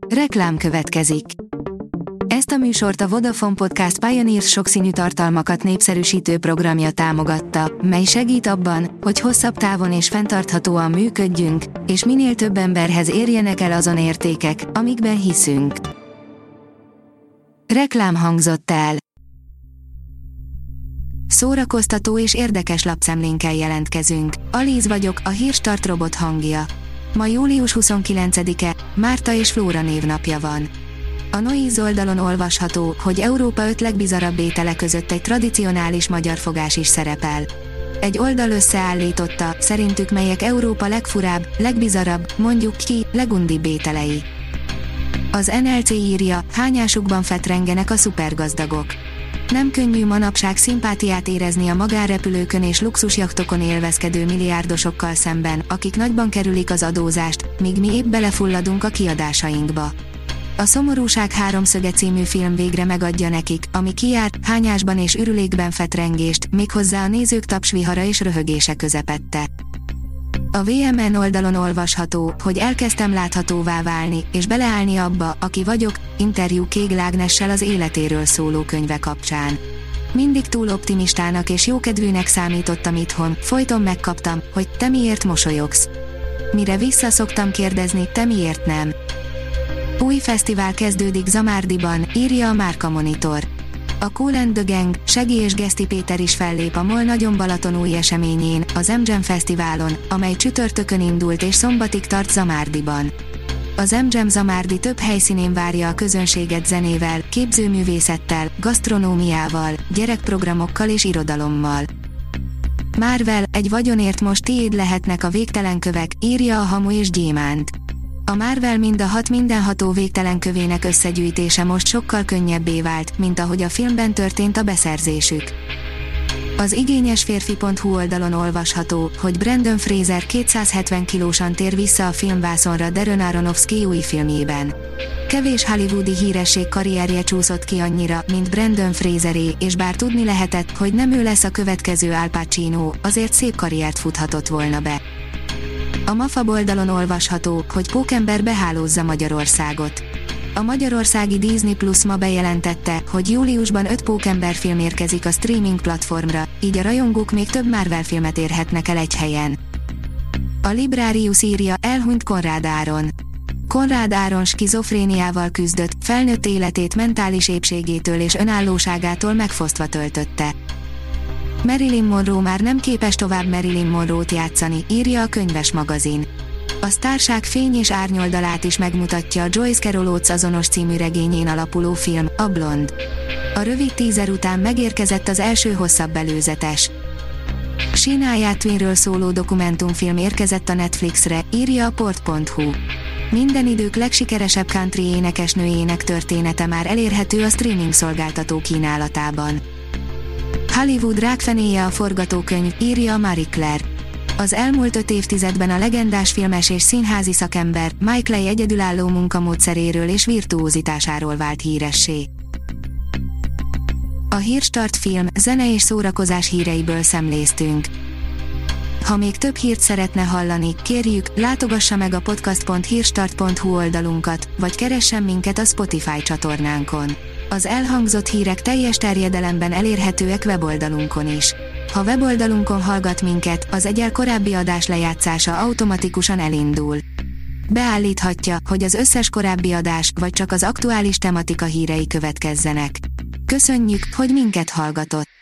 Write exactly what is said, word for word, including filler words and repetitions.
Reklám következik. Ezt a műsort a Vodafone Podcast Pioneers sokszínű tartalmakat népszerűsítő programja támogatta, mely segít abban, hogy hosszabb távon és fenntarthatóan működjünk, és minél több emberhez érjenek el azon értékek, amikben hiszünk. Reklám hangzott el. Szórakoztató és érdekes lapszemlénkkel jelentkezünk. Alíz vagyok, a Hírstart robot hangja. Ma július huszonkilencedike, Márta és Flóra névnapja van. A Noiz oldalon olvasható, hogy Európa öt legbizarabb étele között egy tradicionális magyar fogás is szerepel. Egy oldal összeállította, szerintük melyek Európa legfurább, legbizarabb, mondjuk ki, legundibb ételei. Az en el cé írja, hányásukban fetrengenek a szupergazdagok. Nem könnyű manapság szimpátiát érezni a magánrepülőkön és luxusjachtokon élvezkedő milliárdosokkal szemben, akik nagyban kerülik az adózást, míg mi épp belefulladunk a kiadásainkba. A Szomorúság háromszöge című film végre megadja nekik, ami kijár, hányásban és ürülékben fetrengést, méghozzá a nézők tapsvihara és röhögése közepette. A vé em en oldalon olvasható, hogy elkezdtem láthatóvá válni, és beleállni abba, aki vagyok, interjú Kég Ágnessel az életéről szóló könyve kapcsán. Mindig túl optimistának és jókedvűnek számítottam itthon, folyton megkaptam, hogy te miért mosolyogsz. Mire vissza szoktam kérdezni, te miért nem? Új fesztivál kezdődik Zamárdiban, írja a Márka Monitor. A Kool and the Gang, Segi és Geszti Péter is fellép a MOL Nagyon Balaton új eseményén, az Emdzsem Fesztiválon, amely csütörtökön indult és szombatig tart Zamárdiban. Az Emdzsem Zamárdi több helyszínén várja a közönséget zenével, képzőművészettel, gasztronómiával, gyerekprogramokkal és irodalommal. Marvel, egy vagyonért most tiéd lehetnek a végtelen kövek, írja a Hamu és Gyémánt. A Marvel mind a hat mindenható végtelen kövének összegyűjtése most sokkal könnyebbé vált, mint ahogy a filmben történt a beszerzésük. Az igényesférfi pont hu oldalon olvasható, hogy Brandon Fraser kétszázhetven kilósan tér vissza a filmvászonra Darren Aronofsky új filmjében. Kevés hollywoodi híresség karrierje csúszott ki annyira, mint Brandon Fraseré, és bár tudni lehetett, hogy nem ő lesz a következő Al Pacino, azért szép karriert futhatott volna be. A Mafab oldalon olvasható, hogy Pókember behálózza Magyarországot. A magyarországi Disney Plus ma bejelentette, hogy júliusban öt Pókember film érkezik a streaming platformra, így a rajongók még több Marvel filmet érhetnek el egy helyen. A Librarius írja, elhunyt Konrád Áron. Konrád Áron skizofréniával küzdött, felnőtt életét mentális épségétől és önállóságától megfosztva töltötte. Marilyn Monroe már nem képes tovább Marilyn Monroe-t játszani, írja a Könyves magazin. A sztárság fény és árnyoldalát is megmutatja a Joyce Carol Oates azonos című regényén alapuló film, a Blond. A rövid tízer után megérkezett az első hosszabb előzetes. Shania Twainről szóló dokumentumfilm érkezett a Netflixre, írja a port pont hu. Minden idők legsikeresebb country énekesnőjének története már elérhető a streaming szolgáltató kínálatában. Hollywood rákfenéje a forgatókönyv, írja a Marie Claire. Az elmúlt öt évtizedben a legendás filmes és színházi szakember Mike Leigh egyedülálló munkamódszeréről és virtuózitásáról vált híressé. A Hírstart film, zene és szórakozás híreiből szemléztünk. Ha még több hírt szeretne hallani, kérjük, látogassa meg a podcast pont hírstart pont hu oldalunkat, vagy keressen minket a Spotify csatornánkon. Az elhangzott hírek teljes terjedelemben elérhetőek weboldalunkon is. Ha weboldalunkon hallgat minket, az egyel korábbi adás lejátszása automatikusan elindul. Beállíthatja, hogy az összes korábbi adás, vagy csak az aktuális tematika hírei következzenek. Köszönjük, hogy minket hallgatott!